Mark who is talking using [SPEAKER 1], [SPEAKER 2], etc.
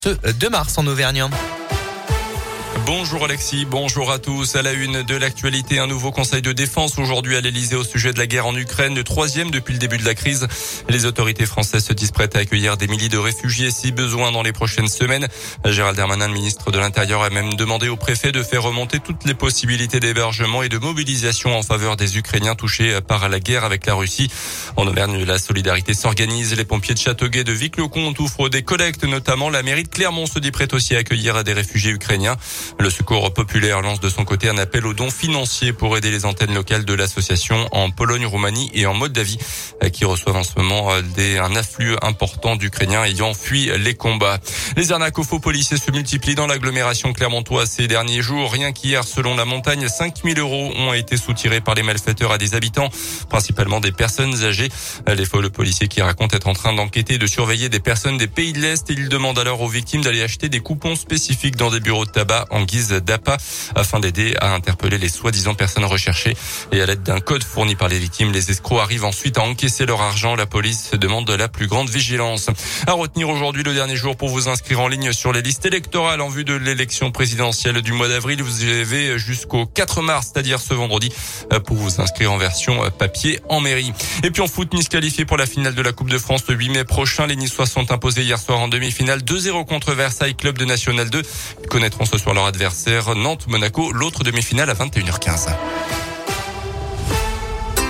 [SPEAKER 1] Ce 2 mars en Auvergne.
[SPEAKER 2] Bonjour Alexis, bonjour à tous. À la une de l'actualité, un nouveau conseil de défense aujourd'hui à l'Elysée au sujet de la guerre en Ukraine, le 3e depuis le début de la crise. Les autorités françaises se disent prêtes à accueillir des milliers de réfugiés si besoin dans les prochaines semaines. Gérald Darmanin, le ministre de l'Intérieur, a même demandé au préfet de faire remonter toutes les possibilités d'hébergement et de mobilisation en faveur des Ukrainiens touchés par la guerre avec la Russie. En Auvergne, la solidarité s'organise. Les pompiers de Châteauguay, de Vic-le-Comte ouvrent des collectes, notamment la mairie de Clermont se dit prête aussi à accueillir des réfugiés ukrainiens. Le Secours populaire lance de son côté un appel aux dons financiers pour aider les antennes locales de l'association en Pologne, Roumanie et en Moldavie qui reçoivent en ce moment un afflux important d'Ukrainiens ayant fui les combats. Les arnaques aux faux policiers se multiplient dans l'agglomération clermontoise ces derniers jours. Rien qu'hier, selon la montagne, 5 000 € ont été soutirés par les malfaiteurs à des habitants, principalement des personnes âgées. Les faux policiers qui racontent être en train d'enquêter et de surveiller des personnes des pays de l'Est. Ils demandent alors aux victimes d'aller acheter des coupons spécifiques dans des bureaux de tabac en guise d'appât afin d'aider à interpeller les soi-disant personnes recherchées. Et à l'aide d'un code fourni par les victimes, les escrocs arrivent ensuite à encaisser leur argent. La police demande la plus grande vigilance. À retenir aujourd'hui le dernier jour pour vous inscrire en ligne sur les listes électorales en vue de l'élection présidentielle du mois d'avril. Vous avez jusqu'au 4 mars, c'est-à-dire ce vendredi, pour vous inscrire en version papier en mairie. Et puis en foot, Nice qualifié pour la finale de la Coupe de France le 8 mai prochain. Les Niçois sont imposés hier soir en demi-finale 2-0 contre Versailles, club de National 2. Ils connaîtront ce soir leur adversaire Nantes-Monaco, l'autre demi-finale à 21h15.